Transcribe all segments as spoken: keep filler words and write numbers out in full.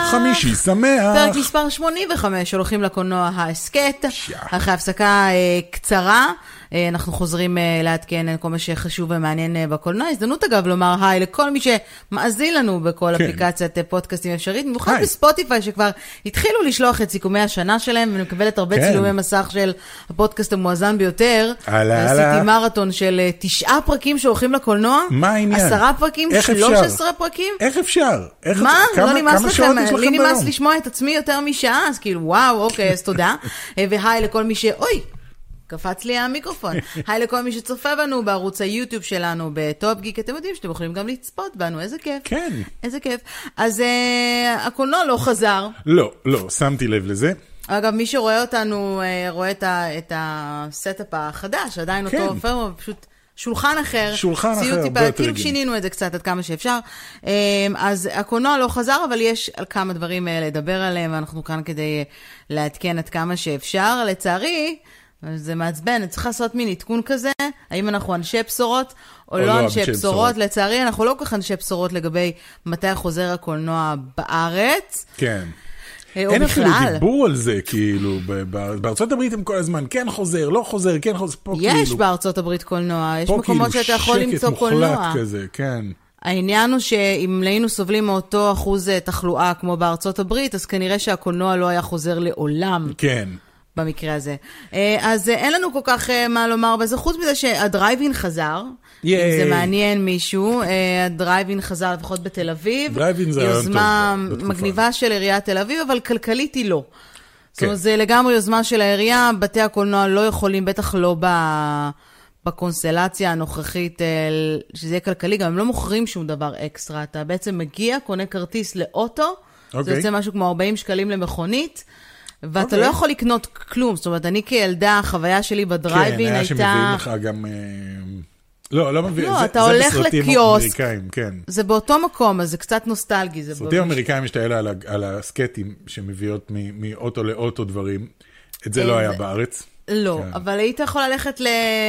חמישי שמח. פרק מספר שמונים וחמש, הולכים לקולנוע ההסקט. אחרי הפסקה אה, קצרה, אה, אנחנו חוזרים אה, לעדכן כל מה שחשוב ומעניין אה, בקולנוע. הזדמנות אגב לומר היי לכל מי שמאזין לנו בכל כן. אפליקציית אה, פודקאסטים אפשרית, במיוחד בספוטיפיי שכבר התחילו לשלוח את סיכומי השנה שלהם, ואני מקבלת הרבה כן. צילומי מסך של הפודקאסט המואזן ביותר. הלאה, עשיתי מרתון של אה, תשעה פרקים שהולכים לקולנוע. מה העניין? עשרה פרקים, שלוש עשרה פרקים. איך אפשר? איך מה? כמה, לא נמאס כמה לכם, לי נמאס לשמוע את עצמי יותר משעה, אז כאילו וואו, אוקיי, אז תודה. והי לכל מי ש... אוי, קפץ לי המיקרופון. היי לכל מי שצופה בנו בערוץ היוטיוב שלנו בטופ גיק, אתם יודעים שאתם יכולים גם לצפות בנו, איזה כיף. כן. איזה כיף. אז uh, הקולנוע לא חזר. לא, לא, שמתי לב לזה. אגב, מי שרואה אותנו, uh, רואה את, ה, את הסטאפ החדש, עדיין כן. אותו פרמו, פשוט... שולחן אחר, שולחן אחר, טיפה, כאילו שינינו את זה קצת עד כמה שאפשר. אז הקולנוע לא חזר, אבל יש על כמה דברים לדבר עליהם, ואנחנו כאן כדי לעדכן עד כמה שאפשר. לצערי, זה מעצבן, צריך לעשות מין עדכון כזה, האם אנחנו אנשי בשורות או, או לא, לא אנשי בשורות. בשורות. לצערי, אנחנו לא כל כך אנשי בשורות לגבי מתי חוזר הקולנוע בארץ. כן. אין אפילו דיבור על זה, כאילו, בארצות הברית הם כל הזמן, כן חוזר, לא חוזר, כן חוזר, פה כאילו... יש בארצות הברית קולנוע, יש מקומות שאתה יכול למצוא קולנוע. פה כאילו שקט מוחלט כזה, כן. העניין הוא שאם היינו סובלים מאותו אחוז תחלואה כמו בארצות הברית, אז כנראה שהקולנוע לא היה חוזר לעולם. כן. במקרה הזה. אז אין לנו כל כך מה לומר בזה, חוץ מזה שהדרייבין חזר, אם זה מעניין מישהו, הדרייבין חזר לפחות בתל אביב, יוזמה מגניבה של עיריית תל אביב, אבל כלכלית היא לא. זאת אומרת, זה לגמרי יוזמה של העירייה, בתי הקולנוע לא יכולים, בטח לא בקונסטלציה הנוכחית, שזה יהיה כלכלי, גם הם לא מוכרים שום דבר אקסטרה, אתה בעצם מגיע, קונה כרטיס לאוטו, זה יוצא משהו כמו ארבעים שקלים למכונית, ואתה לא יכול לקנות כלום, זאת אומרת, אני כילדה, החוויה שלי בדרייבין הייתה... כן, היה שמביאים לך גם... לא, לא מביא... לא, אתה הולך לקיוסק, זה באותו מקום, אז זה קצת נוסטלגי. סרטים אמריקאים יש את האלה על הסקטים, שמביאות מאוטו לאוטו דברים, את זה לא היה בארץ. לא, אבל היית יכול ללכת ל...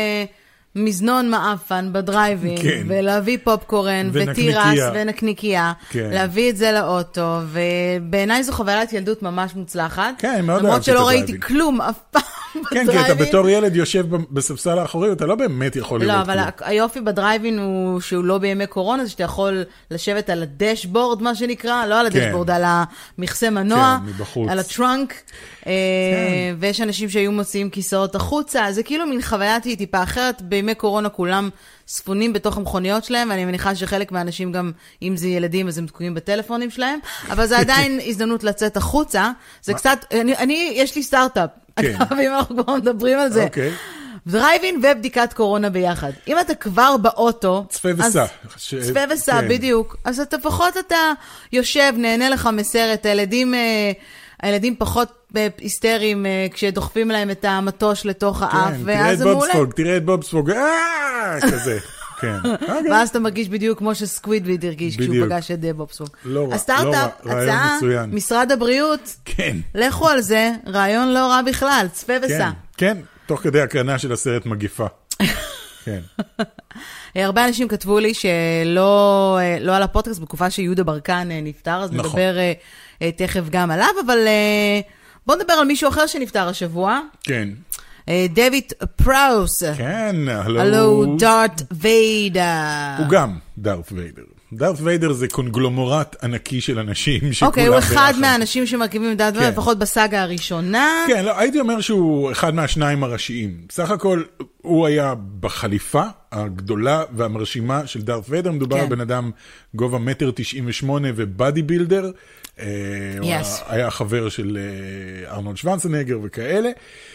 מזנון מאפן בדרייבין, כן. ולהביא פופקורן, ותירס ונקניקייה, כן. להביא את זה לאוטו, ובעיניי זו חוויית ילדות ממש מוצלחת. כן, מאוד למרות שלא ראיתי כלום אף פעם כן, בדרייבין. כי אתה בתור ילד יושב בספסל האחורי, אתה לא באמת יכול לראות כלום. לא, אבל היופי בדרייבין הוא שהוא לא בימי קורונה, זה שאתה יכול לשבת על הדשבורד, מה שנקרא, לא על הדשבורד, כן. על המכסה מנוע, כן, מבחוץ. על הטרנק, כן. ויש אנשים שהיו מוציאים כיסאות החוצה, זה כאילו מין חוויית היא טיפה אחרת, בימי קורונה כולם ספונים בתוך המכוניות שלהם, ואני מניחה שחלק מהאנשים גם, אם זה ילדים, אז הם תקועים בטלפונים שלהם, אבל זה עדיין הזדמנות לצאת החוצה, זה קצת, אני, אני יש לי סטארט-אפ, אם אנחנו כבר מדברים על זה, דרייבין ובדיקת קורונה ביחד. אם אתה כבר באוטו, צפה וסע. צפה וסע, בדיוק. אז אתה פחות אתה יושב, נהנה לך מסרט, הילדים... הילדים פחות היסטריים כשדוחפים להם את המטוש לתוך האף, תראה את בובספוג, תראה את בובספוג, אה, כזה, כן. ואז אתה מרגיש בדיוק כמו שסקווידוויד הרגיש כשהוא פגש את בובספוג. לא רע, הסטארט-אפ, הצעה, משרד הבריאות, לכו על זה, רעיון לא רע בכלל, צפה וסע. כן, תוך כדי הקרנה של הסרט מגיפה. כן. הרבה אנשים כתבו לי שלא לא על הפודקאסט, בתקופה שיהודה ברקן נפטר, אז נדבר תכף גם עליו, אבל בוא נדבר על מישהו אחר שנפטר השבוע. כן. דויד פראוס. כן, הלו דארת ויידר. הוא גם דארת ויידר. דארת ויידר זה קונגלומורט ענקי של אנשים. אוקיי, הוא אחד מהאנשים שמרכיבים דארת ויידר, לפחות בסאגה הראשונה. כן, לא, הייתי אומר שהוא אחד מהשניים הראשיים. בסך הכל, הוא היה בחליפה הגדולה והמרשימה של דארת ויידר. מדובר על בן אדם גובה מטר תשעים ושמונה ובאדי בילדר. הוא היה חבר של ארנולד שוורצנגר וכאלה.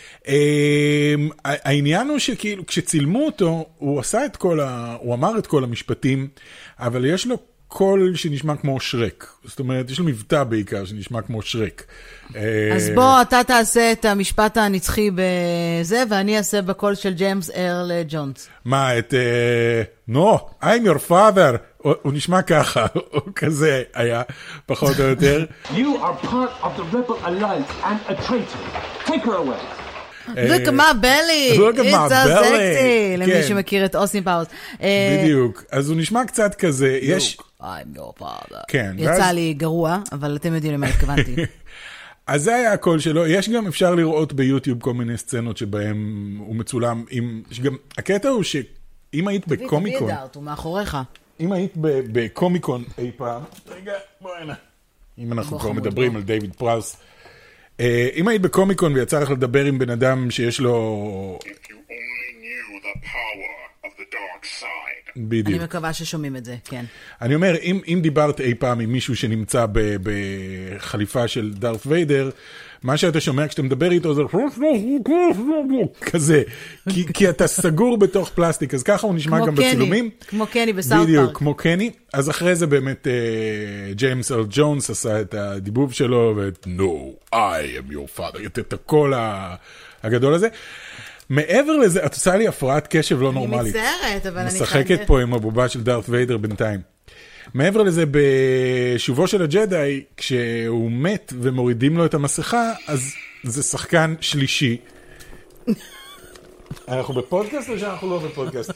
העניין הוא שכאילו, כשצילמו אותו, הוא עשה את כל ה... הוא אמר את כל המשפטים, אבל יש לו קול שנשמע כמו שרק. זאת אומרת, יש לו מבטא בעיקר שנשמע כמו שרק. אז בוא, אתה תעשה את המשפט הנצחי בזה, ואני אעשה בקול של ג'יימס ארל ג'ונס. מה, את... No, I'm your father. הוא נשמע ככה, הוא כזה היה, פחות או יותר. You are part of the rebel alliance and a traitor. Take her away. Look at my belly, Look at my belly. למי שמכיר את אוסטין פאוורס. בדיוק, אז הוא נשמע קצת כזה, יש... I'm your father. כן. יצא ואז... לי גרוע, אבל אתם יודעים למה התכוונתי. אז זה היה הקול שלו. יש גם, אפשר לראות ביוטיוב כל מיני סצנות שבהם הוא מצולם עם... גם, הקטע הוא שאם היית בקומיקון... תביא את דארט, הוא מאחוריך. אם היית בקומיקון אי פעם... רגע, בואי הנה. אם אנחנו כבר מדברים על דיוויד פראוס. אם היית בקומיקון ויצא לך לדבר עם בן אדם שיש לו... בדיוק. אני מקווה ששומעים את זה, כן. אני אומר, אם, אם דיברת אי פעם עם מישהו שנמצא ב, בחליפה של דארת ויידר, מה שאתה שומע כשאתה מדבר איתו זה כזה, כי, כי אתה סגור בתוך פלסטיק, אז ככה הוא נשמע גם קני, בצילומים. כמו קני בסאוט פארק. בדיוק, כמו קני. אז אחרי זה באמת ג'יימס אל ג'ונס עשה את הדיבוב שלו, ואת No, I am your father, את הקול הגדול הזה. מעבר לזה, את עושה לי הפרעת קשב לא נורמלית. אני מצערת, אבל אני חייבת. משחקת פה עם הבובה של דארת ויידר בינתיים. מעבר לזה, בשובו של הג'די, כשהוא מת ומורידים לו את המסכה, אז זה שחקן שלישי. אנחנו בפודקאסט או שאנחנו לא בפודקאסט?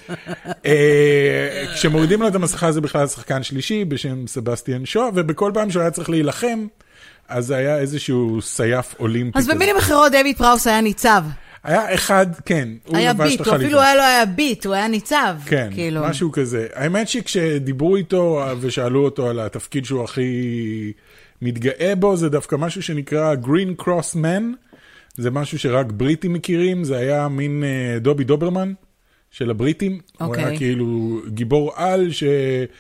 כשמורידים לו את המסכה, זה בכלל שחקן שלישי בשם סבסטיאן שו, ובכל פעם שהוא היה צריך להילחם, אז זה היה איזשהו סייף אולימפי. אז במילים אחרות, דיוויד פראוס היה ניצב. היה אחד, כן. היה ביט, הוא אפילו היה לא היה ביט, הוא היה ניצב. כן, כאילו. משהו כזה. האמת שכשדיברו איתו ושאלו אותו על התפקיד שהוא הכי מתגאה בו, זה דווקא משהו שנקרא Green Cross Man, זה משהו שרק בריטים מכירים, זה היה מין uh, דובי דוברמן של הבריטים, okay. הוא היה כאילו גיבור על ש...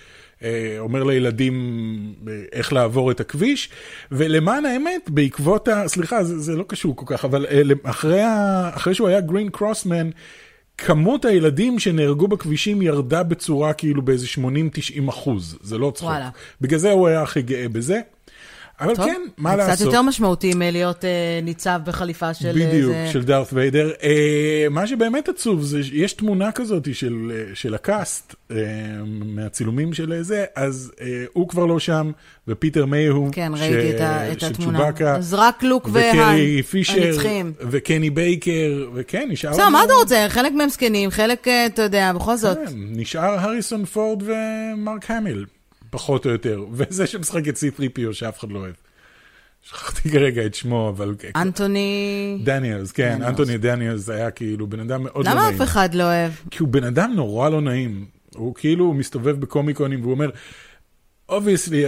אומר לילדים איך לעבור את הכביש, ולמען האמת, בעקבות ה... סליחה, זה, זה לא קשור כל כך, אבל אחרי, ה... אחרי שהוא היה גרין קרוסמן, כמות הילדים שנהרגו בכבישים ירדה בצורה כאילו באיזה שמונים תשעים אחוז, זה לא צחוק. וואלה. בגלל זה הוא היה הכי גאה בזה. אבל טוב, כן, מה לעשות? קצת יותר משמעותי מלהיות אה, ניצב בחליפה של... בדיוק, זה... של דארת ויידר. אה, מה שבאמת עצוב, זה, יש תמונה כזאת של, של הקאסט, אה, מהצילומים של זה, אז אה, הוא כבר לא שם, ופיטר מייהו, כן, ראיתי ש... את, ה, את התמונה. צ'ובאקה, אז רק לוק והן, הנצחים. וקני בייקר, וכן, נשאר... בסדר, מה אתה רוצה? חלק מהם סקנים, חלק, אתה יודע, בכל זאת. כן, נשאר הריסון פורד ומרק המיל. פחות או יותר, וזה שמשחק את סי תרי פי או שאף אחד לא אוהב. שכחתי כרגע את שמו, אבל... אנטוני... דניאלס, כן, אנטוני דניאלס היה כאילו בן אדם מאוד לא נעים. למה אף אחד לא אוהב? כי הוא בן אדם נורא לא נעים. הוא כאילו מסתובב בקומיקונים, והוא אומר, obviously,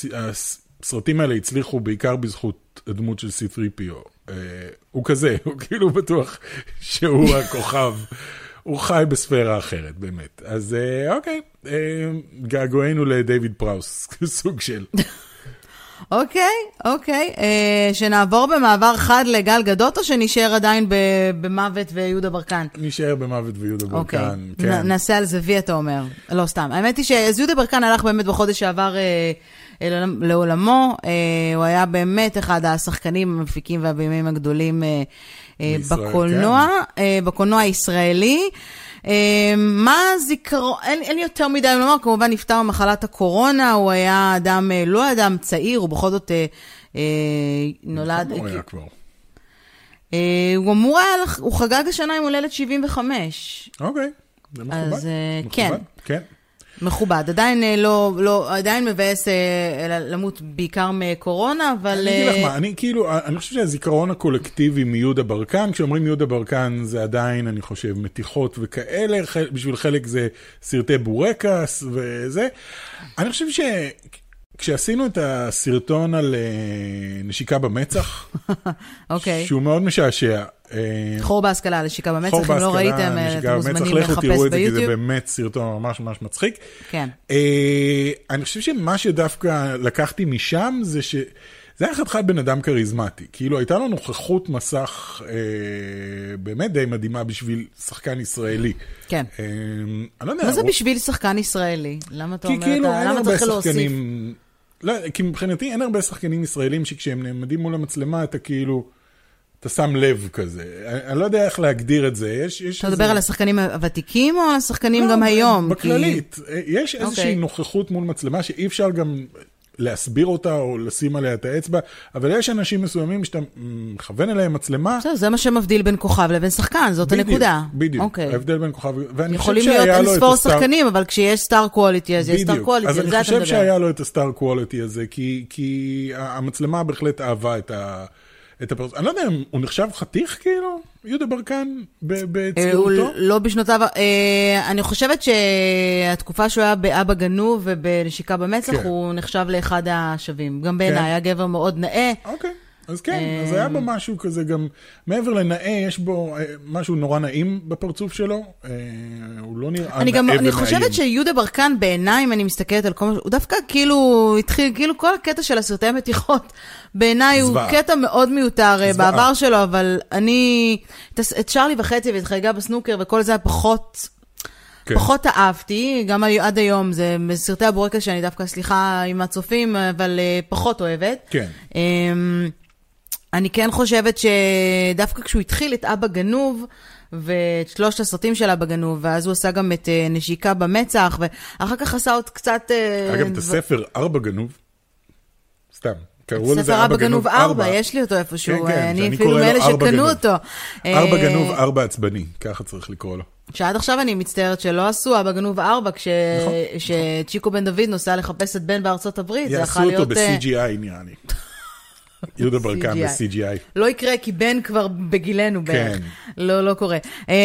הסרטים האלה הצליחו בעיקר בזכות הדמות של סי תרי פי או. הוא כזה, הוא כאילו בטוח שהוא הכוכב. הוא חי בספירה אחרת, באמת. אז אוקיי, געגוענו לדיוויד פראוס, סוג של. אוקיי, אוקיי. שנעבור במעבר חד לגל גדות, או שנשאר עדיין במוות ויהודה ברקן? נשאר במוות ויהודה ברקן, כן. נעשה על זה וי, אתה אומר. לא סתם. האמת היא שיהודה ברקן הלך באמת בחודש שעבר לעולמו. הוא היה באמת אחד השחקנים המפיקים והבימים הגדולים בקולנוע, בקולנוע הישראלי. מה זיכרון, אין יותר מדי לומר, כמובן נפטר ממחלת הקורונה, הוא היה אדם, לא אדם צעיר, הוא בכל זאת נולד... הוא היה כבר. הוא אמור היה, הוא חגג השנה עם הולדת שבעים וחמש. אוקיי, זה מכובד. אז כן. כן. מכובד, עדיין לא, לא, עדיין מבאס אה, למות בעיקר מקורונה, אבל... אני אגיד לך מה, אני כאילו, אני חושב שהזיכרון הקולקטיבי מיהודה ברקן, כשאומרים יהודה ברקן זה עדיין, אני חושב, מתיחות וכאלה, בשביל חלק זה סרטי בורקס וזה. אני חושב ש... כשעשינו את הסרטון על נשיקה במצח, okay. שהוא מאוד משעשע. חור בהשכלה, נשיקה במצח, אם לא ראיתם, אתם מוזמנים לחפש ביוטיוב. זה באמת סרטון ממש ממש מצחיק. כן. אני חושב שמה שדווקא לקחתי משם, זה ש... זה היה חתיכת בן אדם כריזמטי. כאילו, הייתה לו נוכחות מסך באמת די מדהימה בשביל שחקן ישראלי. כן. מה זה בשביל שחקן ישראלי? למה אתה אומר, למה צריך להוסיף? לא, כי מבחינתי אין הרבה שחקנים ישראלים שכשהם נעמדים מול המצלמה, אתה כאילו, אתה שם לב כזה. אני לא יודע איך להגדיר את זה. אתה מדבר על השחקנים הוותיקים או על השחקנים גם היום? בכללית. יש איזושהי נוכחות מול מצלמה שאי אפשר גם... להסביר אותה או לשים עליה את האצבע, אבל יש אנשים מסוימים שאתה מכוון אליהם מצלמה. זה מה שמבדיל בין כוכב לבין שחקן, זאת הנקודה. בדיוק, ההבדל בין כוכב, יכולים להיות אינספור שחקנים, אבל כשיש סטאר קואליטי, אז יש סטאר קואליטי, אז אני חושב שהיה לו את הסטאר קואליטי הזה, כי המצלמה בהחלט אהבה את ה... את הפרס... אני לא יודע, הוא נחשב חתיך כאילו? יהודה ברקן בצעירותו? לא בשנותיו. אני חושבת שהתקופה שהוא היה באבא גנוב ובנשיקה במצח, הוא נחשב לאחד השווים. גם בעיניי, היה גבר מאוד נאה. אוקיי. אז כן, אז היה בו משהו כזה גם, מעבר לנאה, יש בו משהו נורא נעים בפרצוף שלו, הוא לא נראה נאה ונעים. אני חושבת שיהודה ברקן בעיניי, אם אני מסתכלת על כל משהו, הוא דווקא כאילו התחיל, כאילו כל הקטע של הסרטי מתיחות, בעיניי הוא קטע מאוד מיותר בעבר שלו, אבל אני, את שרלי וחצי ואת חגיגה בסנוקר וכל זה היה פחות... פחות אהבתי, גם עד היום, זה סרטי הבורקס שאני דווקא, סליחה עם הצופים, אבל פחות אוהבת. כן. אני כן חושבת שדווקא כשהוא התחיל את אבא גנוב, ואת שלושת הסרטים של אבא גנוב, ואז הוא עשה גם את נשיקה במצח, ואחר כך עשה עוד קצת... אגב, את הספר ארבע גנוב, סתם. ספר אבא גנוב ארבע, יש לי אותו איפשהו, אני אפילו מאלה שקנו אותו. ארבע גנוב ארבע עצבני, ככה צריך לקרוא לו. שעד עכשיו אני מצטערת שלא עשו אבא גנוב ארבע, כשצ'יקו בן דוד נוסע לחפש את בן בארצות הברית, יעשו אותו ב-סי ג'י איי נראה לי. יהודה ברקן ב-סי ג'י איי. לא יקרה, כי בן כבר בגילנו בערך. לא, לא קורה.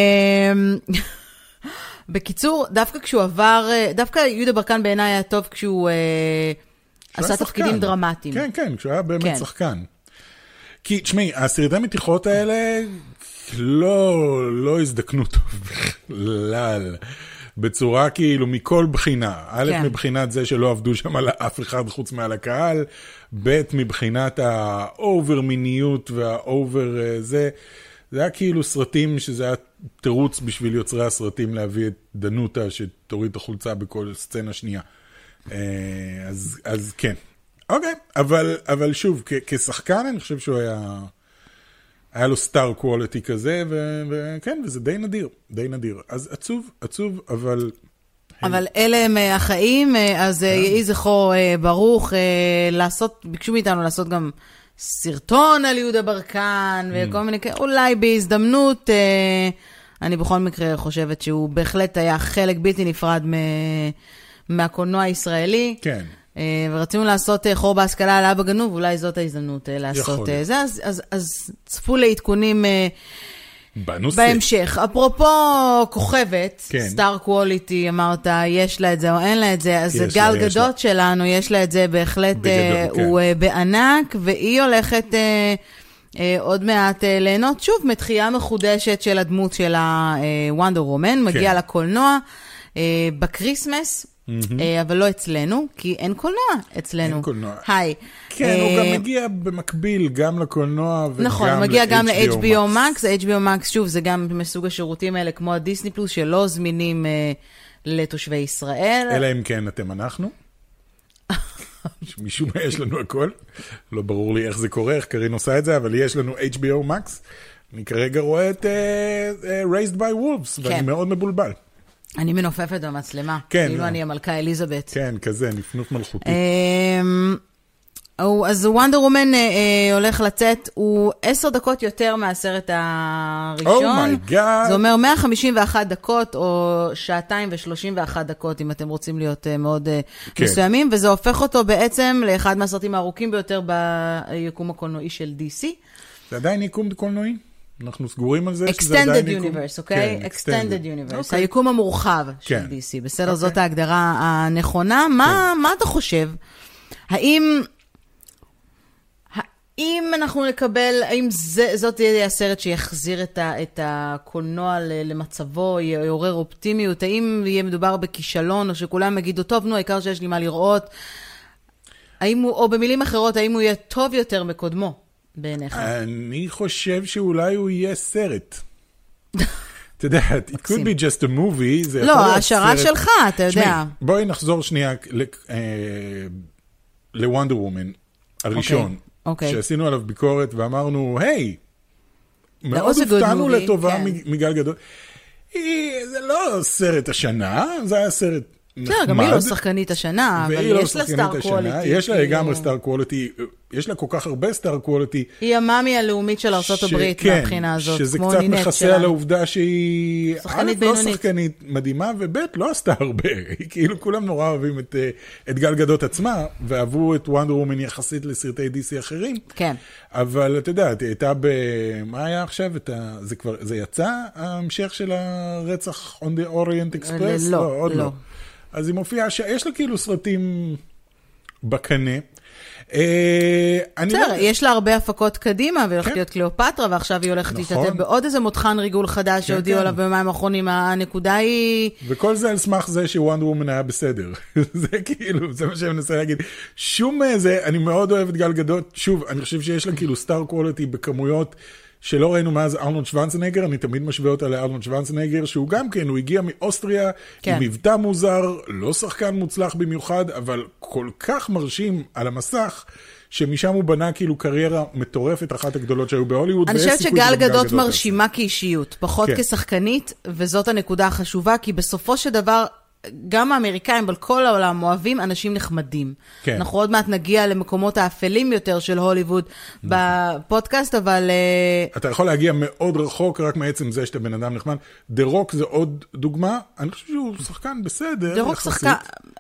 בקיצור, דווקא כשהוא עבר, דווקא יהודה ברקן בעיניי היה טוב כשהוא עשה תפקידים דרמטיים. כן, כן, כשהוא היה באמת שחקן. כי, תשמעי, הסרטי מתיחות האלה לא, לא הזדקנו טוב בכלל. בצורה כאילו מכל בחינה. א', מבחינת זה שלא עבדו שם על אף אחד חוץ מעל הקהל, ב', מבחינת האובר מיניות והאובר זה, זה היה כאילו סרטים שזה היה תירוץ בשביל יוצרי הסרטים להביא את דנוטה שתוריד את החולצה בכל סצנה שנייה. אז, אז כן. אוקיי, אבל, אבל שוב, כ- כשחקן אני חושב שהוא היה, היה לו סטאר קואליטי כזה, וכן, וזה די נדיר, די נדיר. אז עצוב, עצוב, אבל... אבל אלה הם החיים, אז יהי זכרו ברוך, לעשות, ביקשו מאיתנו לעשות גם סרטון על יהודה ברקן, וכל מיני, אולי בהזדמנות, אני בכל מקרה חושבת שהוא בהחלט היה חלק בלתי נפרד מהקולנוע הישראלי. כן. ורצינו לעשות חור בהשכלה על אבא גנוב, אולי זאת ההזדמנות לעשות זה. אז, אז, אז צפו לעדכונים בנושא. בהמשך. אפרופו כוכבת, כן. סטאר קואליטי, אמרת, יש לה את זה או אין לה את זה, אז גל לה, גדות שלנו, יש לה את זה בהחלט, בגדול, הוא כן. בענק, והיא הולכת עוד מעט ליהנות שוב, מתחייה מחודשת של הדמות של הוונדר וומן, מגיע כן. לקולנוע, בקריסמס, אבל לא אצלנו, כי אין קולנוע אצלנו. אין קולנוע. היי. כן, הוא גם מגיע במקביל גם לקולנוע וגם ל-אייץ' בי או Max. נכון, הוא מגיע גם ל-אייץ' בי או Max. אייץ' בי או Max, שוב, זה גם מסוג השירותים האלה, כמו הדיסני פלוס, שלא זמינים לתושבי ישראל. אלא אם כן אתם אנחנו. משום מה יש לנו הכל. לא ברור לי איך זה קורה, איך קרין עושה את זה, אבל יש לנו אייץ' בי או Max. אני כרגע רואה את Raised by Wolves, ואני מאוד מבולבל. אני מנופפת במצלמה, כן, כאילו אני המלכה אליזבת. כן, כזה, נפנות מלכותי. אז וונדר וומן הולך לצאת, הוא עשר דקות יותר מהסרט הראשון. אומייגאד. זה אומר מאה חמישים ואחת דקות, או שעתיים ושלושים ואחת דקות, אם אתם רוצים להיות מאוד מסוימים, וזה הופך אותו בעצם לאחד מהסרטים הארוכים ביותר ביקום הקולנועי של די סי. זה עדיין יקום קולנועי? אנחנו סגורים על זה שזה עדיין יקום? Extended Universe, אוקיי? Extended Universe, היקום המורחב של די סי. בסדר, זאת ההגדרה הנכונה. מה אתה חושב? האם... האם אנחנו נקבל, האם זאת תהיה הסרט שיחזיר את הקולנוע למצבו, יעורר אופטימיות? האם יהיה מדובר בכישלון, או שכולם יגידו, טוב, נו, העיקר שיש לי מה לראות? האם הוא, או במילים אחרות, האם הוא יהיה טוב יותר מקודמו? בעיניך. אני חושב שאולי הוא יהיה סרט. אתה יודע, it could be just a movie. לא, ההשערה שלך, אתה יודע. בואי נחזור שנייה לוונדר וומן הראשון, שעשינו עליו ביקורת ואמרנו, היי, מאוד הופתענו לטובה מגל גדול. זה לא סרט השנה, זה היה סרט נחמד. גם היא לא שחקנית השנה, אבל יש לה סטאר קואליטי. יש לה לגמרי סטאר קואליטי, יש לה כל כך הרבה סטאר קואליטי. היא המאמי הלאומית של ארצות הברית מהבחינה הזאת, שזה קצת מכסה על העובדה שהיא שחקנית בינונית. לא שחקנית מדהימה, ובית לא עשתה הרבה. כאילו כולם נורא אוהבים את, את גל גדות עצמה, ואהבו את וונדר וומן יחסית לסרטי די סי אחרים. כן. אבל אתה יודע, היא הייתה ב... מה היה עכשיו? ה... זה כבר, זה יצא, ההמשך של הרצח on the Orient Express? לא, לא, עוד לא. לא. אז היא מופיעה, שיש לה כאילו סרטים בקנה. בסדר, יש לה הרבה הפקות קדימה, והיא הולכת להיות קליאופטרה, ועכשיו היא הולכת להתעטף בעוד איזה מותחן ריגול חדש שהודיעו עליו במים האחרונים. הנקודה היא... וכל זה על סמך זה שוונדר וומן היה בסדר. זה כאילו, זה מה שאני מנסה להגיד. שום זה, אני מאוד אוהב את גל גדות. שוב, אני חושב שיש לה כאילו סטאר קואליטי בכמויות שלא ראינו מאז ארנולד שוורצנגר, אני תמיד משווה אותה לארנולד שוורצנגר, שהוא גם כן, הוא הגיע מאוסטריה, כן. עם מבטא מוזר, לא שחקן מוצלח במיוחד, אבל כל כך מרשים על המסך, שמשם הוא בנה כאילו קריירה מטורפת, אחת הגדולות שהיו בהוליווד. אני חושבת שגל גדות מרשימה כאישיות, פחות כן. כשחקנית, וזאת הנקודה החשובה, כי בסופו של דבר, גם האמריקאים, אבל כל העולם אוהבים אנשים נחמדים. כן. אנחנו עוד מעט נגיע למקומות האפלים יותר של הוליווד בפודקאסט, אבל... אתה יכול להגיע מאוד רחוק רק מעצם זה שאתה בן אדם נחמד. דה רוק זה עוד דוגמה. אני חושב שהוא שחקן בסדר. דה רוק שחקן...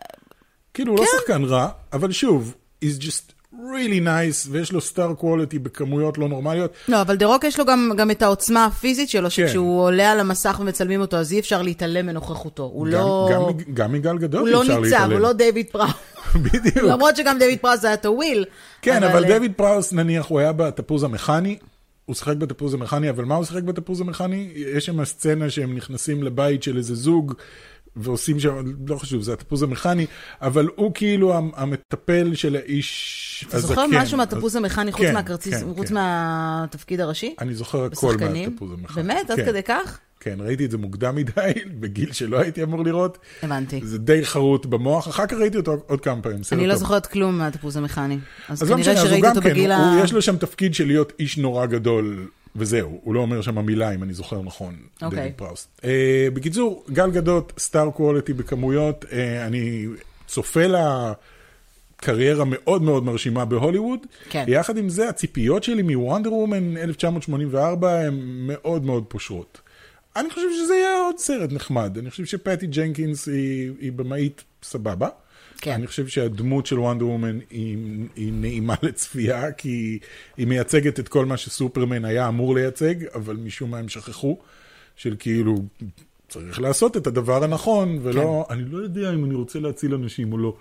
כאילו הוא לא שחקן רע, אבל שוב, he's just really nice, ויש לו סטאר קואליטי בכמויות לא נורמליות. לא, אבל דרוק יש לו גם, גם את העוצמה הפיזית שלו, שכשהוא עולה על המסך ומצלמים אותו, אז אי אפשר להתעלם מנוכחותו. הוא גם, לא... גם, גם מגל גדול אי אפשר להתעלם. הוא לא ניצב, הוא לא דיוויד פראוס. בדיוק. למרות שגם דיוויד פראוס היה טוויל. כן, אבל, אבל דיוויד פראוס, נניח, הוא היה בתפוז המכני, הוא שחק בתפוז המכני, אבל מה הוא שחק בתפוז המכני? יש שם הסצנה שהם נכנסים לבית של איזה זוג, ועושים שם, לא חשוב, זה התפוז המכני, אבל הוא כאילו המטפל של האיש הזקן. אתה זוכר משהו מהתפוז המכני חוץ מהכרטיס, חוץ מהתפקיד הראשי? אני זוכר הכל מהתפוז המכני. באמת? עד כדי כך? כן, ראיתי את זה מוקדם מדי, בגיל שלא הייתי אמור לראות. הבנתי. זה די חרוט במוח, אחר כך ראיתי אותו עוד כמה פעמים. אני לא זוכרת כלום מהתפוז המכני. אז כנראה שראיתי אותו בגיל ה... יש לו שם תפקיד של להיות איש נורא גדול, וזהו, הוא לא אומר שם המילה, אם אני זוכר נכון, דיוויד פראוס. בקיצור, גל גדות, סטאר קואליטי בכמויות, אני צופה לה קריירה מאוד מאוד מרשימה בהוליווד. יחד עם זה, הציפיות שלי מוונדר וומן אלף תשע מאות שמונים וארבע הן מאוד מאוד פושרות. אני חושב שזה יהיה עוד סרט נחמד. אני חושב שפטי ג'נקינס היא, היא במאית סבבה. כן. אני חושב שהדמות של וונדר וומן היא, היא נעימה לצפייה, כי היא מייצגת את כל מה שסופרמן היה אמור לייצג, אבל משום מה הם שכחו, של כאילו, צריך לעשות את הדבר הנכון, ולא, כן. אני לא יודע אם אני רוצה להציל אנשים או לא.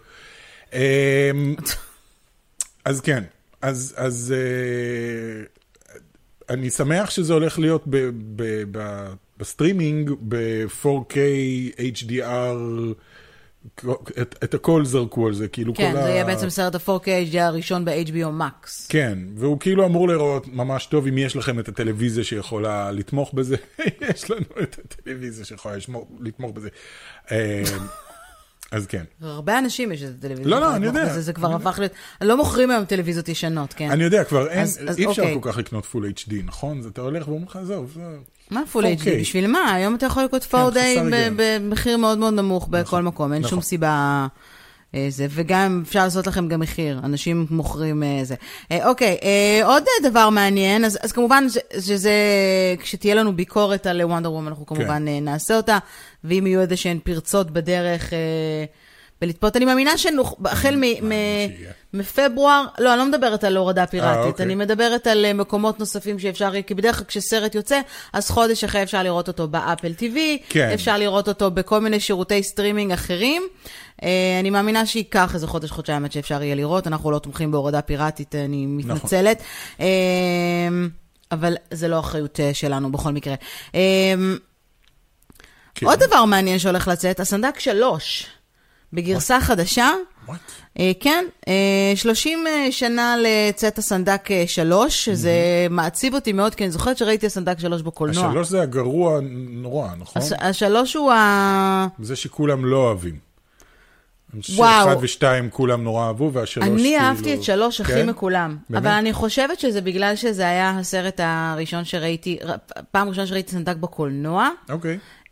אז כן, אז, אז אני שמח שזה הולך להיות ב, ב, ב, בסטרימינג, ב-פור קיי, אייץ' די אר, את, את הכל זרקו על זה, כאילו כן, כל זה ה... יהיה בעצם סרט ה-פור קיי אייץ' די אר הראשון ב-אייץ' בי או Max. כן, והוא כאילו אמור לראות ממש טוב אם יש לכם את הטלוויזיה שיכולה לתמוך בזה. יש לנו את הטלוויזיה שיכולה לתמוך בזה. אז כן. הרבה אנשים יש את הטלוויזיה. לא, לא, אני יודע. זה כבר הפך להיות... לא מוכרים היום טלוויזיות ישנות, כן. אני יודע, כבר אין, אי אפשר כל כך לקנות פול אייץ' די, נכון? אתה הולך ואומר לך, זהו, זה... מה פול אייץ' די? בשביל מה? היום אתה יכול לקנות פור קיי במחיר מאוד מאוד נמוך בכל מקום. אין שום סיבה... זה, וגם אפשר לעשות לכם גם מחיר, אנשים מוכרים זה. אוקיי, עוד דבר מעניין, אז, אז כמובן שזה, כשתהיה לנו ביקורת על וונדר וומן, אנחנו כמובן כן. נעשה אותה, ואם יהיו איזה שהן פרצות בדרך בלתפות, אני מאמינה שהחל מפברואר, לא, אני לא מדברת על הורדה פיראטית, אני מדברת על מקומות נוספים שאפשר, כי בדרך כלל כשסרט יוצא, אז חודש אחרי אפשר לראות אותו באפל טי וי, אפשר לראות אותו בכל מיני שירותי סטרימינג אחרים, אני מאמינה שייקח איזה חודש, חודשיים עד שאפשר יהיה לראות, אנחנו לא תומכים בהורדה פיראטית, אני מתנצלת, אבל זה לא אחריות שלנו בכל מקרה. עוד דבר מעניין שהולך לצאת, הסנדק שלוש, בגרסה חדשה, כן, שלושים שנה לצאת הסנדק שלוש, זה מעציב אותי מאוד, כי אני זוכרת שראיתי הסנדק שלוש בקולנוע. השלוש זה הגרוע נורא, נכון? השלוש הוא ה... זה שכולם לא אוהבים. וואו. אחד ושתיים כולם נורא אהבו, והשלוש כאילו... אני אהבתי את שלוש הכי מכולם. אבל אני חושבת שזה בגלל שזה היה הסרט הראשון שראיתי, פעם ראשון שראיתי סנדק בקולנוע. אוקיי.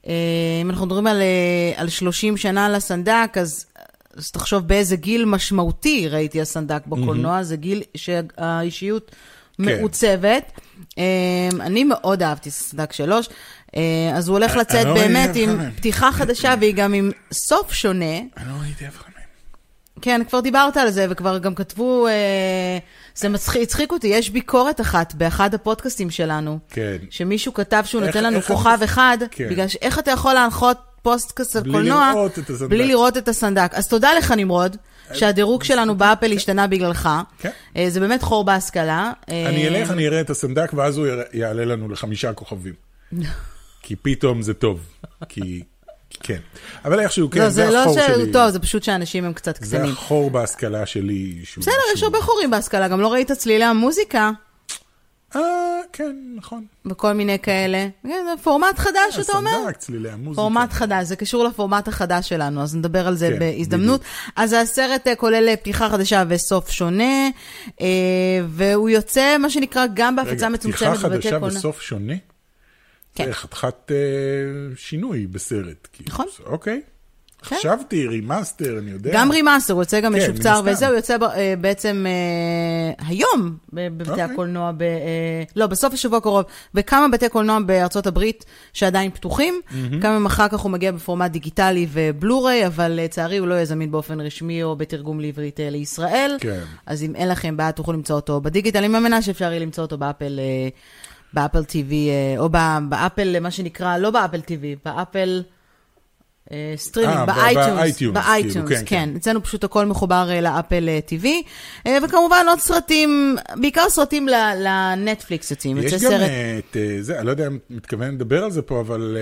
אם אנחנו מדברים על, על שלושים שנה לסנדק, אז, אז תחשוב באיזה גיל משמעותי ראיתי הסנדק בקולנוע, mm-hmm. זה גיל שהאישיות כן. מעוצבת. אני מאוד אהבתי סנדק שלוש, אז הוא הולך לצאת באמת עם פתיחה חדשה, והיא גם עם סוף שונה. אני לא ראיתי אף אחד מהם. כן, כבר דיברת על זה, וכבר גם כתבו, זה מצחיק אותי, יש ביקורת אחת באחד הפודקאסטים שלנו, כן. שמישהו כתב שהוא נותן לנו כוכב אחד, בגלל שאיך אתה יכול להנחות פודקאסט על קולנוע, בלי לראות את הסנדק. אז תודה לך נמרוד, שהדירוג שלנו באפל השתנה בגללך. זה באמת חור בהשכלה. אני אלך, אני אראה את הסנדק, ואז הוא יעלה לנו לחמישה כוכבים. כי פתאום זה טוב. כי... כן. אבל איכשהו, כן, זה החור שלי. זה לא טוב, זה פשוט שאנשים הם קצת קטנים. זה החור בהשכלה שלי. בסדר, יש הרבה חורים בהשכלה, גם לא ראית צלילי המוזיקה. אה, כן, נכון. וכל מיני כאלה. זה פורמט חדש, אתה אומר? הסנדק, צלילי המוזיקה. פורמט חדש, זה קשור לפורמט החדש שלנו, אז נדבר על זה בהזדמנות. אז הסרט כולל פתיחה חדשה וסוף שונה, והוא יוצא, מה שנקרא, גם בהפצה מצומצמת בבתי קולנוע. פתיחה חדשה וסוף שונה? זה חתיכת שינוי בסרט. נכון. אוקיי. חשבתי, רימאסטר, אני יודע. גם רימאסטר, הוא יוצא גם משופצר, וזהו, יוצא בעצם היום בבתי הקולנוע, לא, בסוף השבוע קרוב, בכמה בתי קולנוע בארצות הברית שעדיין פתוחים, כמה ימים אחר כך הוא מגיע בפורמט דיגיטלי ובלוריי, אבל לצערי הוא לא יהיה זמין באופן רשמי או בתרגום לעברית לישראל, אז אם אין לכם בעיה, תוכלו למצוא אותו בדיגיטל, אני מאמינה שאפשר יהיה למצוא אותו באפל באפל טיווי, או באפל, מה שנקרא, לא באפל טיווי, באפל סטרימינג, באייטיונס, באייטיונס, כן. אצלנו פשוט הכל מחובר לאפל טיווי, וכמובן עוד סרטים, בעיקר סרטים לנטפליקס יוצאים. יש גם את זה, אני לא יודע אם מתכוון לדבר על זה פה, אבל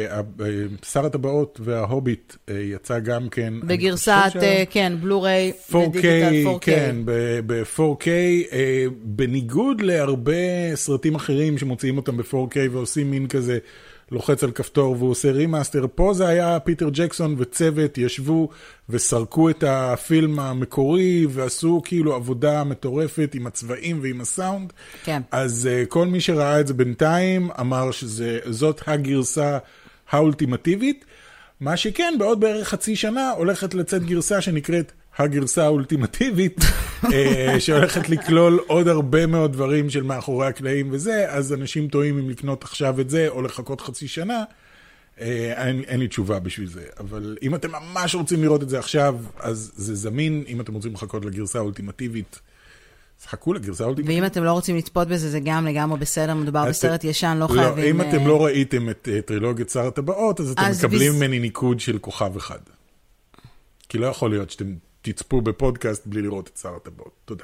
שר הטבעות וההוביט יצא גם כן. בגרסת, כן, בלוריי ודיגיטל פור קיי. כן, ב-פור קיי, בניגוד להרבה סרטים אחרים שמוציאים אותם ב-פור קיי ועושים מין כזה, לוחץ על כפתור והוא עושה רימאסטר. פה זה היה פיטר ג'קסון וצוות ישבו וסרקו את הפילם המקורי ועשו כאילו עבודה מטורפת עם הצבעים ועם הסאונד. כן. אז uh, כל מי שראה את זה בינתיים אמר שזאת הגרסה האולטימטיבית. מה שכן, בעוד בערך חצי שנה הולכת לצאת גרסה שנקראת הגרסה האולטימטיבית, שהולכת לכלול עוד הרבה מאוד דברים של מאחורי הקלעים וזה, אז אנשים טועים אם לקנות עכשיו את זה, או לחכות חצי שנה, אין, אין לי תשובה בשביל זה. אבל אם אתם ממש רוצים לראות את זה עכשיו, אז זה זמין. אם אתם רוצים לחכות לגרסה האולטימטיבית, אז חכו לגרסה האולטימטיבית. ואם אתם לא רוצים לצפות בזה, זה גם לגמרי בסדר, מדובר בסרט ישן, לא חייבים... אם אתם לא ראיתם את טרילוגיית שר הטבעות, אז אתם מקבלים ממני ניקוד של כוכב אחד. כי לא יכול להיות שאתם תצפו בפודקאסט בלי לראות את שר הטבעות. תודה.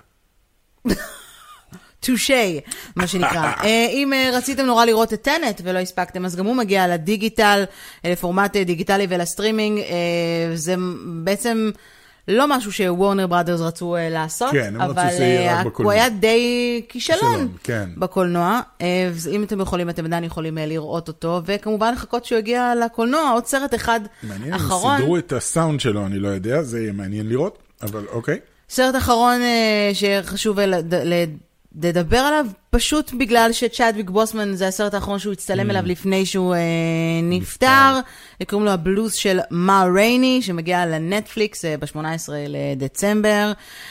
טושי, מה שנקרא. אם רציתם נורא לראות את טנט ולא הספקתם, אז גם הוא מגיע לדיגיטל, לפורמט דיגיטלי ולסטרימינג. זה בעצם לא משהו שוורנר בראדרס רצו לעשות, כן, אבל הוא היה די כישלון כן. בקולנוע. אם אתם יכולים, אתם עדיין יכולים לראות אותו, וכמובן לחכות שהוא יגיע לקולנוע. עוד סרט אחד מעניין, אחרון. מעניין, סידרו את הסאונד שלו, אני לא יודע, זה יהיה מעניין לראות, אבל אוקיי. סרט אחרון שחשוב לדבר עליו, פשוט בגלל שצ'אדוויק בוסמן, זה הסרט האחרון שהוא הצטלם אליו לפני שהוא נפטר. קוראים לו הבלוז של מה רייני, שמגיע לנטפליקס ב-שמונה עשרה לדצמבר.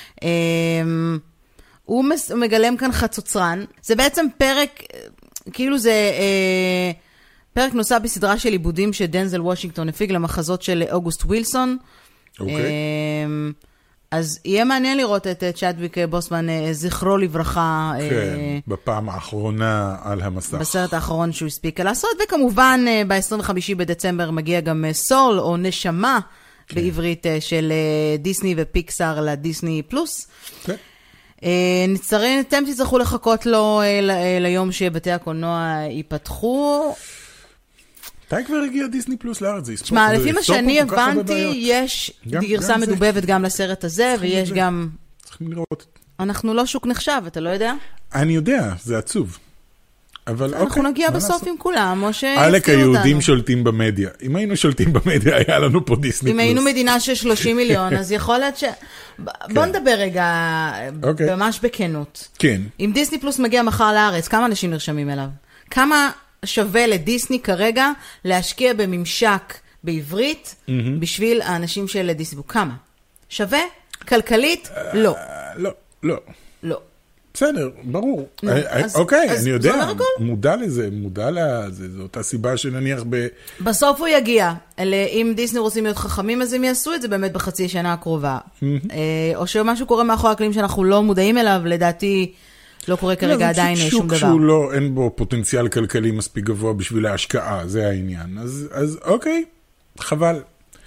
הוא מגלם כאן חצוצרן. זה בעצם פרק, כאילו זה פרק נוסף בסדרה של עיבודים שדנזל וושינגטון הפיק למחזות של אוגוסט ווילסון. אוקיי. אז יהיה מעניין לראות את צ'אדוויק בוסמן, זכרו לברכה. כן, בפעם האחרונה על המסך. בסרט האחרון שהוא הספיק לעשות, וכמובן ב-עשרים וחמישה בדצמבר מגיע גם סול, או נשמה, כן. בעברית של דיסני ופיקסאר לדיסני פלוס. כן. נצטרן, אתם תצטרכו לחכות לו ליום שבתי הקולנוע ייפתחו. מתי כבר הגיע דיסני פלוס לארץ? תשמע, לפי מה שאני הבנתי, יש גרסה מדובבת גם לסרט הזה, ויש גם... צריכים לראות. אנחנו לא שוק נחשב, אתה לא יודע? אני יודע, זה עצוב. אבל אנחנו נגיע בסוף עם כולם, או שיפתיעו אותנו. עלק היהודים שולטים במדיה. אם היינו שולטים במדיה, היה לנו פה דיסני פלוס. אם היינו מדינה של שלושים מיליון, אז יכול להיות ש... בוא נדבר רגע, ממש בכנות. כן. אם דיסני פלוס מגיע מחר לארץ, כמה אנשים נרשמים אליו? כמה... שווה לדיסני כרגע להשקיע בממשק בעברית mm-hmm. בשביל האנשים של דיסני? כמה? שווה? כלכלית? Uh, לא. לא, לא. לא. בסדר, ברור. No, אז, אוקיי, אז אני יודע, מודע לזה, מודע לזה, זו אותה סיבה שנניח ב... בסוף הוא יגיע. אם דיסני רוצים להיות חכמים, אז הם יעשו את זה באמת בחצי שנה הקרובה. Mm-hmm. או שמשהו קורה מאחורי הקלעים שאנחנו לא מודעים אליו, לדעתי לא קורה כרגע עדיין שום דבר. שוק שהוא לא, אין בו פוטנציאל כלכלי מספיק גבוה בשביל ההשקעה, זה העניין. אז, אז אוקיי, חבל.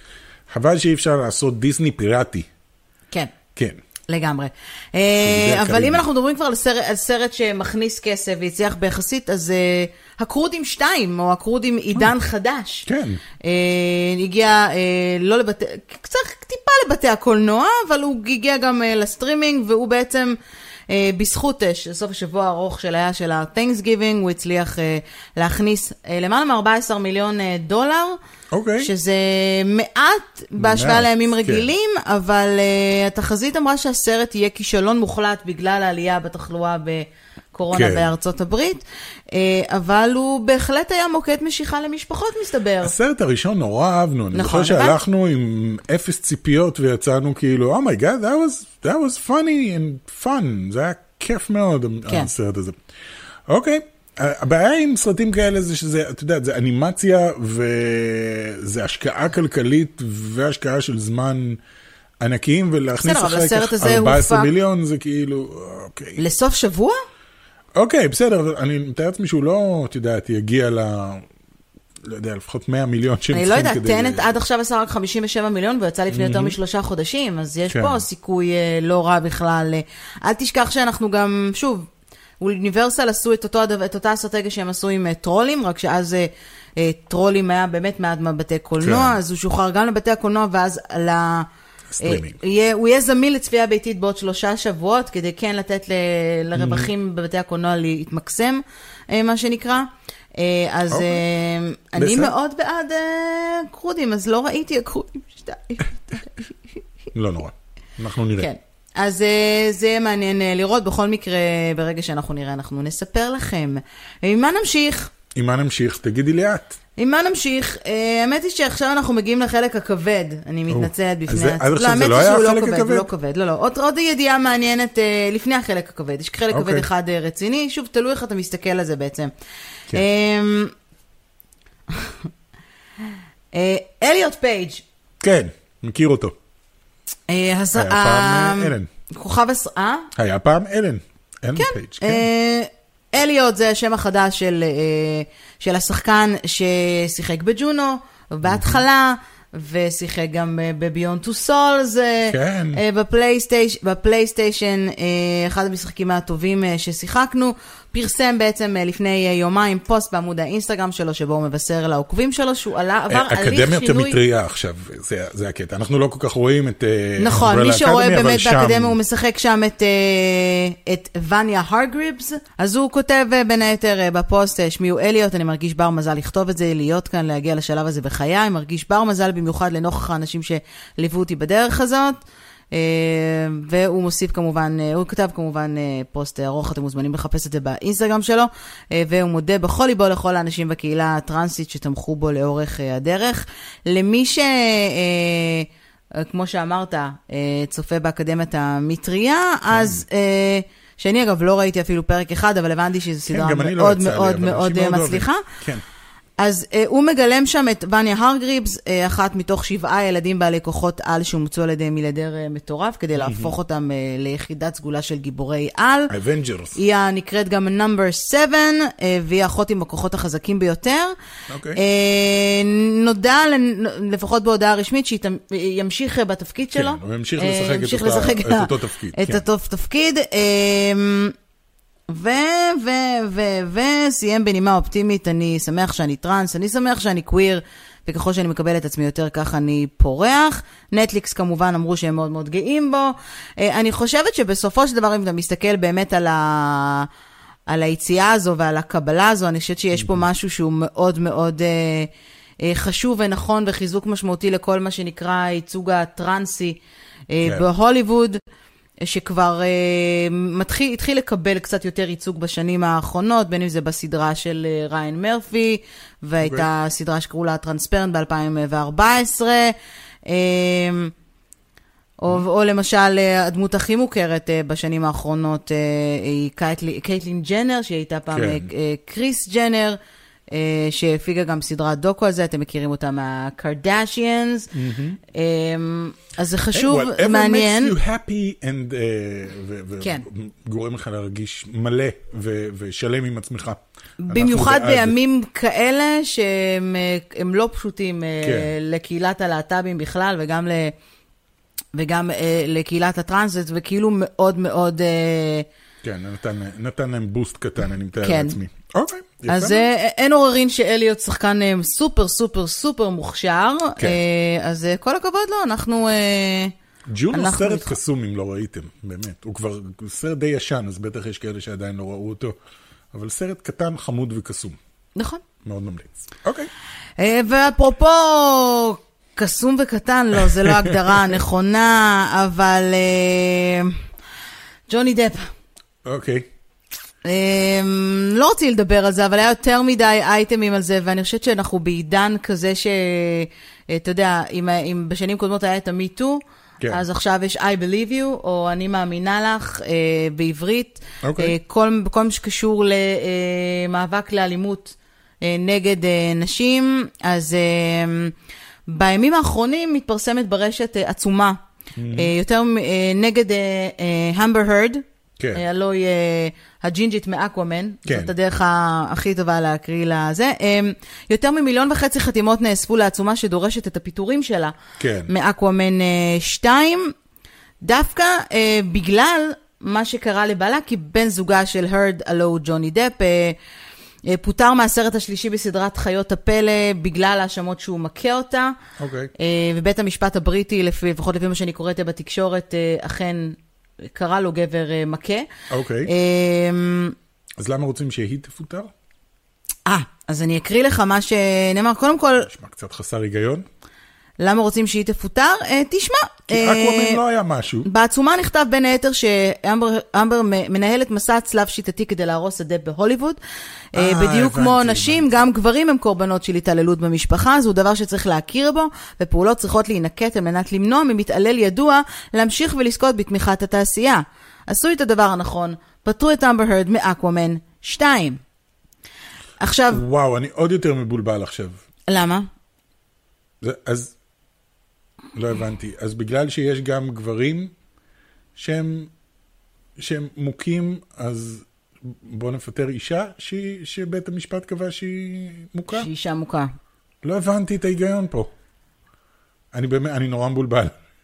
חבל שאי אפשר לעשות דיסני פיראטי. כן. כן. לגמרי. אבל אם אנחנו מדברים כבר על סרט שמכניס כסף והצליח ביחסית, אז הקרודים שתיים, או הקרודים עידן חדש. כן. הגיע לא לבתי, קצת טיפה לבתי הקולנוע, אבל הוא הגיע גם לסטרימינג, והוא בעצם... בזכות סוף השבוע הארוך של היה של ה-Thanksgiving, הוא הצליח להכניס למעלה מ-ארבעה עשר מיליון דולר, okay. שזה מעט בהשוואה לימים רגילים, אבל התחזית אמרה שהסרט יהיה כישלון מוחלט בגלל העלייה בתחלואה בקורונה okay. בארצות הברית, אבל הוא בהחלט היה מוקד משיכה למשפחות, מסתבר. הסרט הראשון נורא אהבנו, אני נכון, חושב שהלכנו עם אפס ציפיות ויצאנו כאילו, oh my god, that was, that was funny and fun, זה היה כיף מאוד, כן. הסרט הזה. אוקיי, הבעיה עם סרטים כאלה זה שזה, אתה יודע, זה אנימציה וזה השקעה כלכלית והשקעה של זמן ענקיים, ולהכניס אחרי כך ארבעה עשר מיליון זה כאילו, אוקיי. לסוף שבוע? אוקיי, בסדר, אני מתאר לעצמי שהוא לא, אתה יודע, יגיע ל... לא יודע, לפחות מאה מיליון שהם צריכים כדי... אני לא יודעת, טנט עד עכשיו עשה רק חמישים ושבעה מיליון, ויצא לפני יותר משלושה חודשים, אז יש פה סיכוי לא רע בכלל. אל תשכח שאנחנו גם, שוב, אוניברסל עשו את אותה אסטרטגיה שהם עשו עם טרולים, רק שאז טרולים היה באמת מעט מבתי קולנוע, אז הוא שוחרר גם לבתי הקולנוע, ואז על ה... הוא יהיה זמין לצפייה ביתית בעוד שלושה שבועות, כדי כן לתת לרווחים בבתי הקולנוע להתמקסם, מה שנקרא. אז אני מאוד בעד קרודים, אז לא ראיתי הקרודים שתיים. לא נורא, אנחנו נראה. כן, אז זה יהיה מעניין לראות, בכל מקרה, ברגע שאנחנו נראה, אנחנו נספר לכם. עם מה נמשיך? עם מה נמשיך? תגידי לאט. עם מה נמשיך? האמת היא שעכשיו אנחנו מגיעים לחלק הכבד, אני מתנצלת בפני... עד עכשיו זה לא היה החלק הכבד? לא כבד, לא, לא. עוד ידיעה מעניינת לפני החלק הכבד. יש חלק כבד אחד רציני, שוב, תלוי איך אתה מסתכל על זה בעצם. אליוט פייג'. כן, מכיר אותו. היה פעם אלן. כוכב עשרה? היה פעם אלן. אלן פייג', כן. אליוט זה השם החדש של, של השחקן ששיחק בג'ונו, בהתחלה, ושיחק גם בביונד טו סולס, כן. בפלייסטיישן, בפלייסטיישן, אחד המשחקים הטובים ששיחקנו, פרסם בעצם לפני יומיים פוסט בעמוד האינסטגרם שלו, שבו הוא מבשר לעוקבים שלו, שהוא עלה, עבר הליך שינוי... אקדמיית המטריה עכשיו, זה, זה הקטע. אנחנו לא כל כך רואים את... נכון, מי שרואה באמת באקדמיה, הוא משחק שם את, את וניה הרגריבס, אז הוא כותב בין היתר בפוסט, שמי הוא אליוט, אני מרגיש בר מזל לכתוב את זה, להיות כאן, להגיע לשלב הזה בחיי, אני מרגיש בר מזל במיוחד לנוכח האנשים שליוו אותי בדרך הזאת, והוא מוסיף כמובן, הוא כתב כמובן פוסט ארוך, אתם מוזמנים לחפש את זה באינסטגרם שלו, והוא מודה בכל ליבו לכל האנשים בקהילה הטרנסית שתמכו בו לאורך הדרך. למי ש... כמו שאמרת, צופה באקדמיית המטריה, אז... שאני אגב לא ראיתי אפילו פרק אחד, אבל הבנתי שזו סדרה מאוד מאוד מאוד מצליחה. כן. אז uh, הוא מגלם שם את וניה הרגריבס, uh, אחת מתוך שבעה ילדים בעלי כוחות על שהומצאו על ידי מיליארדר uh, מטורף, כדי להפוך אותם uh, ליחידת סגולה של גיבורי על. Avengers. היא נקראת גם נאמבר שבע, uh, והיא האחות עם הכוחות החזקים ביותר. אוקיי. Okay. Uh, נודע, לפחות בהודעה רשמית, שהיא ימשיך בתפקיד שלו. כן, הוא ימשיך לשחק, uh, ימשיך את, לשחק אותה, את אותו תפקיד. את כן. אותו תפקיד. Uh, ו, ו, ו, ו, סיים בנימה אופטימית, אני שמח שאני טרנס, אני שמח שאני קוויר, וככל שאני מקבל את עצמי יותר כך אני פורח. נטפליקס כמובן אמרו שהם מאוד מאוד גאים בו. אני חושבת שבסופו של דבר, אם אתה מסתכל באמת על, ה, על היציאה הזו ועל הקבלה הזו, אני חושבת שיש פה משהו שהוא מאוד מאוד חשוב ונכון, וחיזוק משמעותי לכל מה שנקרא ייצוג הטרנסי כן. בהוליווד. שכבר uh, מתחיל, התחיל לקבל קצת יותר ייצוג בשנים האחרונות, בין אם זה בסדרה של uh, ריין מרפי, והייתה okay. סדרה שקראו לה טרנספרנט ב-אלפיים וארבע עשרה, um, או, או למשל, הדמות הכי מוכרת uh, בשנים האחרונות uh, היא קייטלי, קייטלין ג'נר, שהיא הייתה פעם כן. uh, קריס ג'נר, uh, שהפיגה גם סדרת דוקו על זה, אתם מכירים אותה מהקרדשיאנס. Mm-hmm. Um, אז זה חשוב, hey, מעניין. Whatever makes you happy and, uh, כן. וגורם לך להרגיש מלא ו- ושלם עם עצמך. במיוחד בימים כאלה שהם לא פשוטים כן. לקהילת הלהט"בים בכלל, וגם ל... וגם אה, לקהילת הטרנסית, וכאילו מאוד מאוד... אה, כן, נתן, נתן להם בוסט קטן, אני מתאר כן. לעצמי. אוקיי, יפה. אז אה, אין עוררין שאליוט שחקן אה, סופר סופר סופר מוכשר, כן. אה, אז אה, כל הכבוד לו, אנחנו... אה, ג'ון הוא סרט מתח... קסום אם לא ראיתם, באמת. הוא כבר הוא סרט די ישן, אז בטח יש כאלה שעדיין לא ראו אותו, אבל סרט קטן, חמוד וקסום. נכון. מאוד ממליץ. אוקיי. אה, ואפרופו... קסום וקטן, לא, זה לא הגדרה נכונה, אבל ג'וני דפ. אוקיי. לא רציתי לדבר על זה, אבל היה יותר מדי אייטמים על זה, ואני חושבת שאנחנו בעידן כזה שאתה יודע, אם בשנים קודמות היה את המיטו, אז עכשיו יש I believe you, או אני מאמינה לך בעברית. כל מה שקשור למאבק לאלימות נגד נשים, אז... בימים האחרונים מתפרסמת ברשת עצומה, יותר נגד המבר הרד, הלוא היא הג'ינג'ית מאקוואמן, זאת הדרך הכי טובה להקריא לזה. יותר ממיליון וחצי חתימות נאספו לעצומה שדורשת את הפיטורים שלה מאקוואמן שתיים, דווקא בגלל מה שקרה לבעלה, כי בן זוגה של הרד, הלוא ג'וני דפ, פוטר מהסרט השלישי בסדרת חיות הפלא, בגלל האשמות שהוא מכה אותה. אוקיי. ובית המשפט הבריטי, לפחות לפי מה שאני קוראת בתקשורת, אכן קרא לו גבר מכה. אוקיי. אז למה רוצים שהיא תפוטר? אה, אז אני אקריא לך מה שנאמר. קודם כל... נשמע קצת חסר היגיון. למה רוצים שהיא תפוטר? תשמע. כי אקוואמן לא היה משהו. בעצומה נכתב בין היתר שאמבר מנהלת מסע צלב שיטתי כדי להרוס הדב בהוליווד. בדיוק כמו נשים, גם גברים הם קורבנות של התעללות במשפחה, זהו דבר שצריך להכיר בו, ופעולות צריכות להינקט על מנת למנוע ממתעלל ידוע להמשיך ולזכות בתמיכת התעשייה. עשו את הדבר הנכון, פטרו את אמבר הרד מאקוואמן שתיים. עכשיו... וואו, אני עוד יותר מבולבל עכשיו. למה? אז... לא הבנתי. אז בגלל שיש גם גברים שהם, שהם מוכים, אז בוא נפטר אישה ש, שבית המשפט קבע שהיא מוכה? שהיא אישה מוכה. לא הבנתי את ההיגיון פה. אני באמת, אני נורא מבולבל.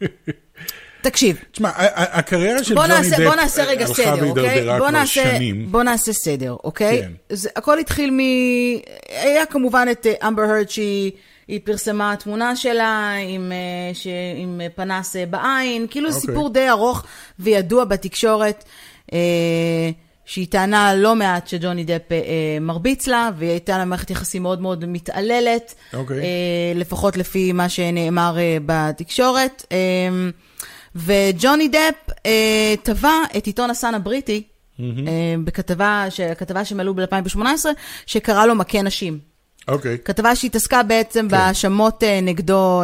תקשיב. תשמע, הקריירה של ג'וני דפ בוא נעשה רגע סדר, אוקיי? בוא נעשה, בוא נעשה סדר, אוקיי? כן. זה, הכל התחיל מ... היה כמובן את אמבר הרד שהיא... היא פרסמה תמונה שלה עם, ש... עם פנס בעין, כאילו okay. סיפור די ארוך וידוע בתקשורת, שהיא טענה לא מעט שג'וני דפ מרביץ לה, והיא הייתה לה מערכת יחסים מאוד מאוד מתעללת, okay. לפחות לפי מה שנאמר בתקשורת. וג'וני דפ טבע את עיתון הסן הבריטי, mm-hmm. בכתבה, כתבה שמעלו ב-אלפיים שמונה עשרה, שקרא לו מכה נשים. אוקיי. כתבה שהתעסקה בעצם כן. בהאשמות נגדו,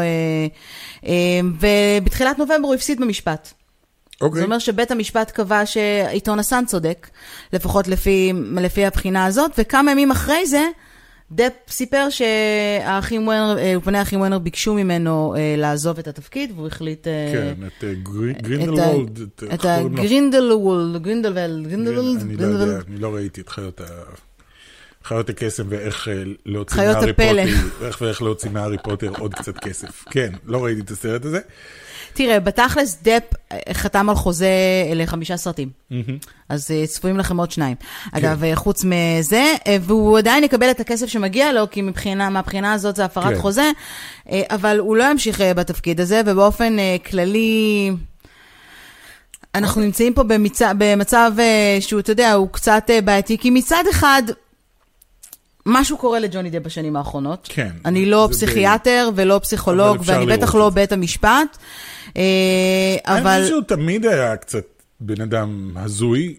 ובתחילת נובמבר הוא הפסיד במשפט. אוקיי. זאת אומרת שבית המשפט קבע שעיתון הסן צודק, לפחות לפי, לפי הבחינה הזאת, וכמה ימים אחרי זה, דפ סיפר שהאחים ווינר, אולפני האחים ווינר ביקשו ממנו לעזוב את התפקיד, והוא החליט... כן, את גרינדלוולד. את הגרינדלוולד, גרינדלוולד, גרינדלוולד. אני לא יודע, אני לא ראיתי את חיות ה... חיות הקסם ואיך להוציא מהארי פוטר, איך ואיך להוציא מהארי פוטר עוד קצת כסף. כן, לא ראיתי את הסרט הזה. תראה, בתכלס דפ חתם על חוזה לחמישה סרטים. אז צפויים לכם עוד שניים. אגב, חוץ מזה, והוא עדיין יקבל את הכסף שמגיע לו, כי מהבחינה הזאת זה הפרת חוזה, אבל הוא לא ימשיך בתפקיד הזה, ובאופן כללי... אנחנו נמצאים פה במצב שהוא, אתה יודע, הוא קצת בעייתי, כי מצד אחד... משהו קורה לג'וני דפ בשנים האחרונות. כן. אני לא פסיכיאטר ולא פסיכולוג, ואני בטח לא בית המשפט. אני חושב שהוא תמיד היה קצת בן אדם הזוי.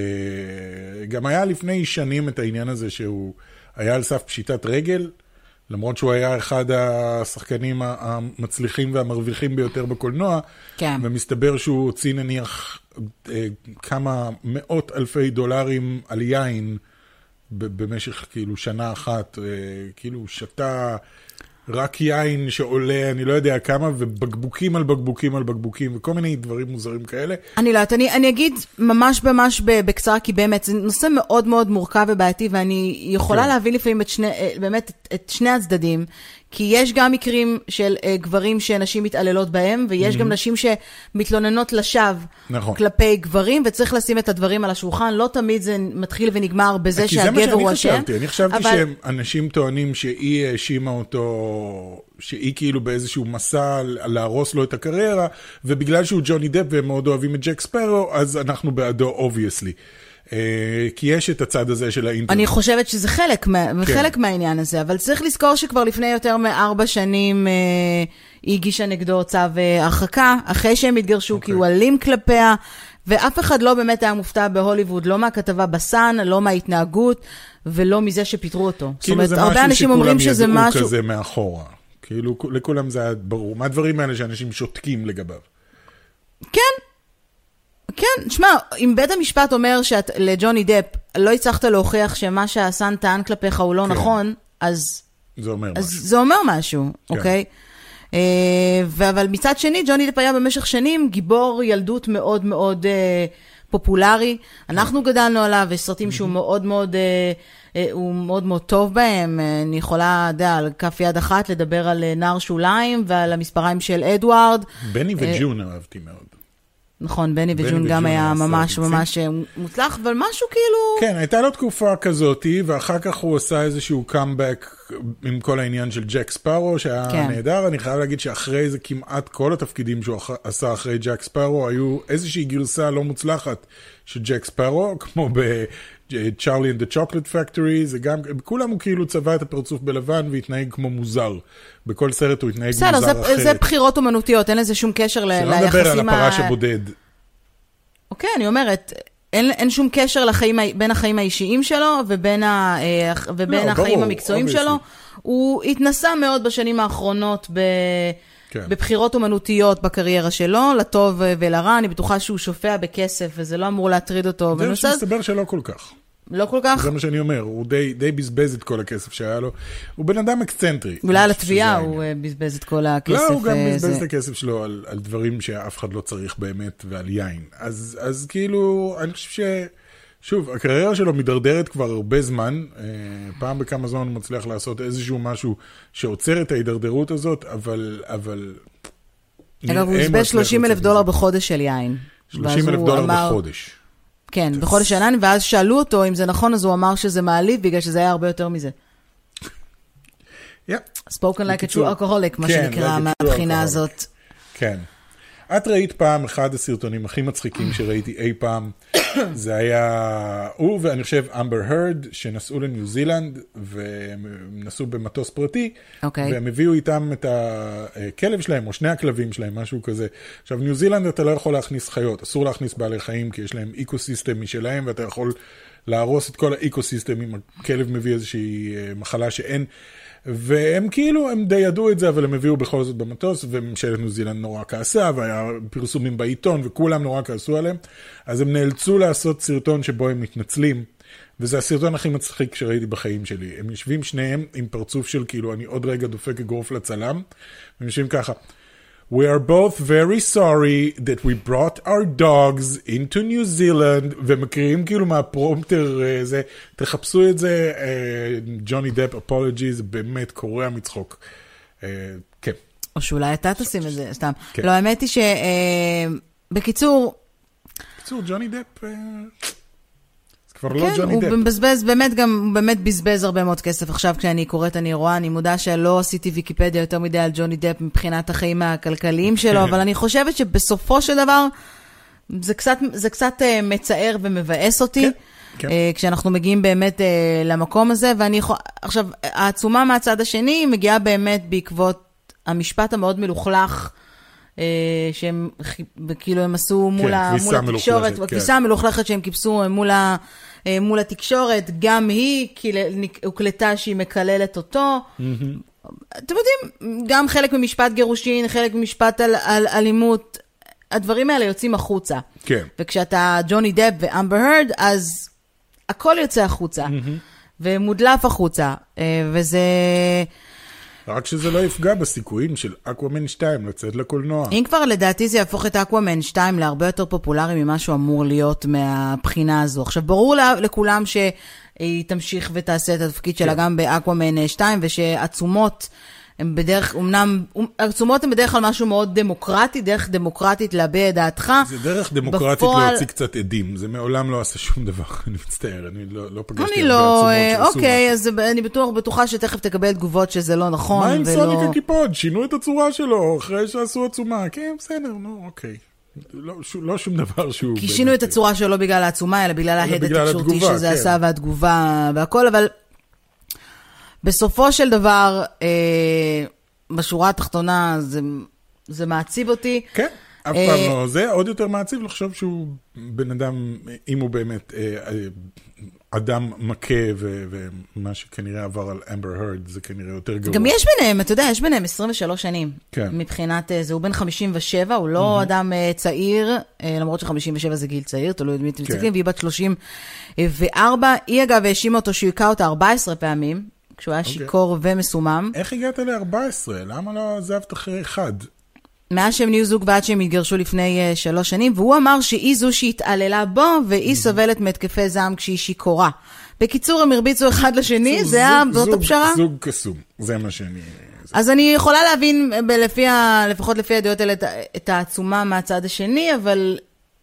גם היה לפני שנים את העניין הזה שהוא היה על סף פשיטת רגל, למרות שהוא היה אחד השחקנים המצליחים והמרוויחים ביותר בקולנוע, כן. ומסתבר שהוא הוציא נניח כמה מאות אלפי דולרים על יין במשך כאילו שנה אחת, כאילו שתה רק יין שעולה, אני לא יודע כמה, ובקבוקים על בקבוקים על בקבוקים, וכל מיני דברים מוזרים כאלה. אני לא יודעת, אני, אני אגיד ממש ממש בקצרה, כי באמת זה נושא מאוד מאוד מורכב ובעייתי, ואני יכולה כן. להביא לפעמים את שני, באמת את, את שני הצדדים, כי יש גם מקרים של uh, גברים שנשים מתעללות בהם, ויש mm-hmm. גם נשים שמתלוננות לשווא נכון. כלפי גברים, וצריך לשים את הדברים על השולחן, לא תמיד זה מתחיל ונגמר בזה שהגבר הוא השם. חשבתי. אני חשבתי אבל... שאנשים טוענים שהיא האשימה אותו, שהיא כאילו באיזשהו מסע להרוס לו את הקריירה, ובגלל שהוא ג'וני דפ והם מאוד אוהבים את ג'ק ספארו, אז אנחנו בעדו, obviously. כי יש את הצד הזה של האינטרנט. אני חושבת שזה חלק, מה, כן. חלק מהעניין הזה, אבל צריך לזכור שכבר לפני יותר מארבע שנים אה, היא הגישה נגדו צו אה, הרחקה, אחרי שהם התגרשו, okay. כי הוא אלים כלפיה, ואף אחד לא באמת היה מופתע בהוליווד, לא מהכתבה בסן, לא מההתנהגות, ולא מזה שפיטרו אותו. כאילו זאת אומרת, הרבה אנשים אומרים שזה משהו... כאילו כזה מאחורה. כאילו לכולם זה היה ברור. מה הדברים האלה שאנשים שותקים לגביו? כן. כן, שמה, אם בית המשפט אומר שלג'וני דפ לא הצלחת להוכיח שמה שהסן טען כלפיך הוא לא כן. נכון, אז זה אומר אז משהו. זה אומר משהו, כן. אוקיי? אה, אבל מצד שני, ג'וני דפ היה במשך שנים גיבור ילדות מאוד מאוד אה, פופולרי. אנחנו כן. גדלנו עליו, וסרטים שהוא מאוד מאוד, אה, אה, הוא מאוד מאוד טוב בהם. אני יכולה, יודע, על כף יד אחת לדבר על נער שוליים ועל המספריים של אדוארד. בני וג'ון אה, אהבתי מאוד. נכון, בני וג'ון גם היה ממש ממש מוצלח, אבל משהו כאילו... כן, הייתה לו תקופה כזאת, ואחר כך הוא עשה איזשהו קאמבק עם כל העניין של ג'ק ספארו, שהיה נהדר. אני חייב להגיד שאחרי זה כמעט כל התפקידים שהוא עשה אחרי ג'ק ספארו, היו איזושהי גרסה לא מוצלחת של ג'ק ספארו, כמו בצ'ארלי and the Chocolate Factory, זה גם, כולם הוא כאילו צבע את הפרצוף בלבן והתנהג כמו מוזר. בכל סרט הוא התנהג מוזר אחרת. בסדר, זה בחירות אומנותיות, אין לזה שום קשר ליחסים ה... שלא נדבר על הפרש הבודד. אוקיי, אני אומרת, אין, אין שום קשר לחיים, בין החיים האישיים שלו ובין, ה, ובין לא, החיים ברור, המקצועיים obviously. שלו. הוא התנסה מאוד בשנים האחרונות ב, כן. בבחירות אומנותיות בקריירה שלו, לטוב ולרע. אני בטוחה שהוא שופע בכסף, וזה לא אמור להטריד אותו. זה שמסתבר שלא כל כך. לא כל כך? זה מה שאני אומר, הוא די, די בזבז את כל הכסף שהיה לו. הוא בן אדם אקסצנטרי. אולי על התביעה הוא בזבז את כל הכסף. לא, הוא גם בזבז את הכסף שלו על, על דברים שאף אחד לא צריך באמת, ועל יין. אז, אז כאילו, אני חושב ש... שוב, הקריירה שלו מדרדרת כבר הרבה זמן. פעם בכמה זמן הוא מצליח לעשות איזשהו משהו שעוצר את ההידרדרות הזאת, אבל... אבל... אגב, הוא בזבז שלושים אלף דולר בחודש של יין. שלושים אלף דולר אמר... בחודש. כן, בחודש ענן, ואז שאלו אותו אם זה נכון, אז הוא אמר שזה מעליב, בגלל שזה היה הרבה יותר מזה. Spoken like a true alcoholic, מה שנקרא מהבחינה הזאת. כן. את ראית פעם אחד הסרטונים הכי מצחיקים שראיתי אי פעם, זה היה הוא ואני חושב אמבר הרד, שנסעו לניו זילנד, והם נסעו במטוס פרטי, והם הביאו איתם את הכלב שלהם, או שני הכלבים שלהם, משהו כזה. עכשיו, ניו זילנד אתה לא יכול להכניס חיות, אסור להכניס בעלי חיים, כי יש להם איקוסיסטם משלהם, ואתה יכול להרוס את כל האיקוסיסטם אם הכלב מביא איזושהי מחלה שאין. והם כאילו, הם די ידעו את זה, אבל הם הביאו בכל זאת במטוס, וממשלת ניו זילנד נורא כעסה, והיה פרסומים בעיתון, וכולם נורא כעסו עליהם, אז הם נאלצו לעשות סרטון שבו הם מתנצלים, וזה הסרטון הכי מצחיק שראיתי בחיים שלי. הם יושבים שניהם עם פרצוף של כאילו, אני עוד רגע דופק אגרוף לצלם, והם יושבים ככה, We are both very sorry that we brought our dogs into New Zealand, ומקריאים כאילו מהפרומטר זה, תחפשו את זה, ג'וני דפ, apology, זה באמת קורע מצחוק. כן. או שאולי אתה תשים את זה, סתם. לא, האמת היא ש... בקיצור... בקיצור, ג'וני דפ... כבר לא ג'וני דפ. הוא מבזבז, באמת גם, הוא באמת בזבז הרבה מאוד כסף. עכשיו כשאני קוראת, אני רואה, אני מודע שלא עשיתי ויקיפדיה יותר מדי על ג'וני דפ מבחינת החיים הכלכליים שלו, אבל אני חושבת שבסופו של דבר, זה קצת, זה קצת מצער ומבאס אותי, כשאנחנו מגיעים באמת למקום הזה, ואני, עכשיו, העצומה מהצד השני מגיעה באמת בעקבות המשפט המאוד מלוכלך, שהם כאילו הם עשו מול התקשורת, הכביסה המלוכלכת שהם כיבסו מול התקשורת, גם היא הוקלטה שהיא מקללת אותו. אתם יודעים, גם חלק ממשפט גירושין, חלק ממשפט על אלימות, הדברים האלה יוצאים החוצה. וכשאתה ג'וני דפ ואמבר הרד, אז הכל יוצא החוצה. ומודלף החוצה. וזה... רק שזה לא יפגע בסיכויים של אקוואמן שתיים לצאת לקולנוע. אם כבר לדעתי זה יהפוך את אקוואמן שתיים להרבה יותר פופולרי ממה שהוא אמור להיות מהבחינה הזו. עכשיו ברור לכולם שהיא תמשיך ותעשה את התפקיד שלה גם באקוואמן שתיים, ושעצומות הם בדרך, אמנם, עצומות הם בדרך כלל משהו מאוד דמוקרטי, דרך דמוקרטית להביע את דעתך. זה דרך דמוקרטית בפועל... להוציא קצת עדים, זה מעולם לא עשה שום דבר, אני מצטער, אני לא, לא פגשתי אני לא, אוקיי, אז אני בטוח, בטוחה שתכף תקבל תגובות שזה לא נכון. מה עם ולא... סוניק הקיפוד? שינו את הצורה שלו, אחרי שעשו עצומה, כן, בסדר, נו, אוקיי. לא, ש... לא שום דבר שהוא... כי שינו את הצורה שלו בגלל העצומה, אלא בגלל ההד התקשורתי שזה כן. עשה והתגובה והכל, אבל... בסופו של דבר, אה, בשורה התחתונה, זה, זה מעציב אותי. כן, אף אה, פעם לא. זה עוד יותר מעציב לחשוב שהוא בן אדם, אם הוא באמת אה, אדם מכה, ו, ומה שכנראה עבר על אמבר הרד, זה כנראה יותר גרוע. גם יש ביניהם, אתה יודע, יש ביניהם עשרים ושלוש שנים. כן. מבחינת, זה הוא בן חמישים ושבע, הוא לא mm-hmm. אדם אה, צעיר, אה, למרות ש-חמישים ושבע זה גיל צעיר, תלוי את מי אתם מסתכלים, והיא בת שלושים וארבע. היא אגב האשימה אותו שהוא יקע אותה ארבע עשרה פעמים. כשהוא היה שיקור ומסומם. איך הגעת ל-ארבע עשרה? למה לא עזבת אחרי אחד? מאז שהם נהיו זוג ועד שהם התגרשו לפני שלוש שנים, והוא אמר שהיא זו שהתעללה בו, והיא סובלת מתקפי זעם כשהיא שיקורה. בקיצור, הם הרביצו אחד לשני, זה זאת הפשרה? זוג קסום, זה מה שאני... אז אני יכולה להבין, לפחות לפי הדעות האלה, את העצומה מהצד השני, אבל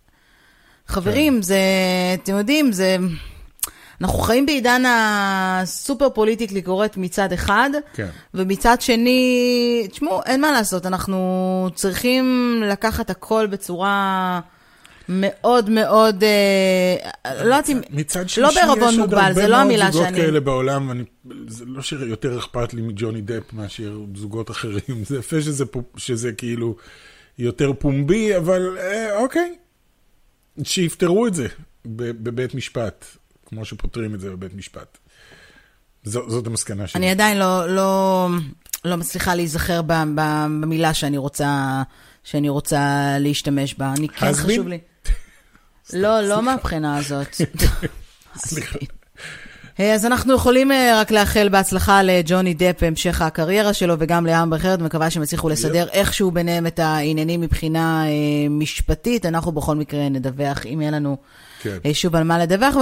חברים, זה, אתם יודעים, זה... אנחנו חיים בעידן הסופר פוליטיקלי קורט מצד אחד, כן. ומצד שני, תשמעו, אין מה לעשות, אנחנו צריכים לקחת הכל בצורה מאוד מאוד, לא יודעת אם, לא בערבון מוגבל, זה לא המילה שאני... יש עוד הרבה מאוד זוגות כאלה בעולם, ואני, זה לא שיותר אכפת לי מג'וני דפ מאשר זוגות אחרים, זה יפה שזה, שזה כאילו יותר פומבי, אבל אוקיי, שיפתרו את זה בבית משפט. כמו שפותרים את זה בבית משפט. זו, זאת המסקנה שלי. אני עדיין לא, לא, לא מצליחה להיזכר במילה שאני רוצה, שאני רוצה להשתמש בה. אני כן חשוב לי. לא, לא מהבחינה הזאת. סליחה. אז אנחנו יכולים רק לאחל בהצלחה לג'וני דפ, המשך הקריירה שלו, וגם לאמבר הרד, מקווה שהם הצליחו לסדר איכשהו ביניהם את העניינים מבחינה משפטית. אנחנו בכל מקרה נדווח, אם יהיה לנו שוב על מה לדווח,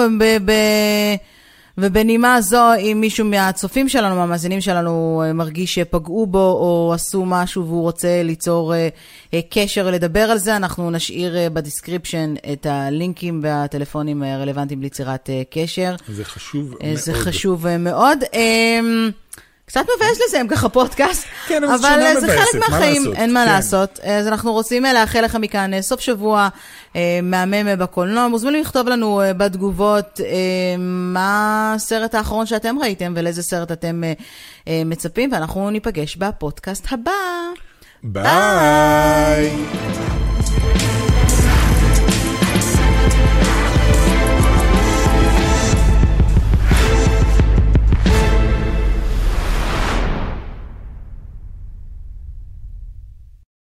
ובנימה זו, אם מישהו מהצופים שלנו, מהמאזינים שלנו, מרגיש שפגעו בו, או עשו משהו והוא רוצה ליצור קשר לדבר על זה, אנחנו נשאיר בדיסקריפשן את הלינקים והטלפונים הרלוונטיים ליצירת קשר. זה חשוב מאוד. זה חשוב מאוד. קצת מבאס לסיים ככה פודקאסט, כן, אבל זה חלק מהחיים, אין מה לעשות. אז אנחנו רוצים לאחל לך מכאן סוף שבוע מהמם בקולנוע. מוזמנים לכתוב לנו בתגובות מה הסרט האחרון שאתם ראיתם ולאיזה סרט אתם מצפים, ואנחנו ניפגש בפודקאסט הבא. ביי.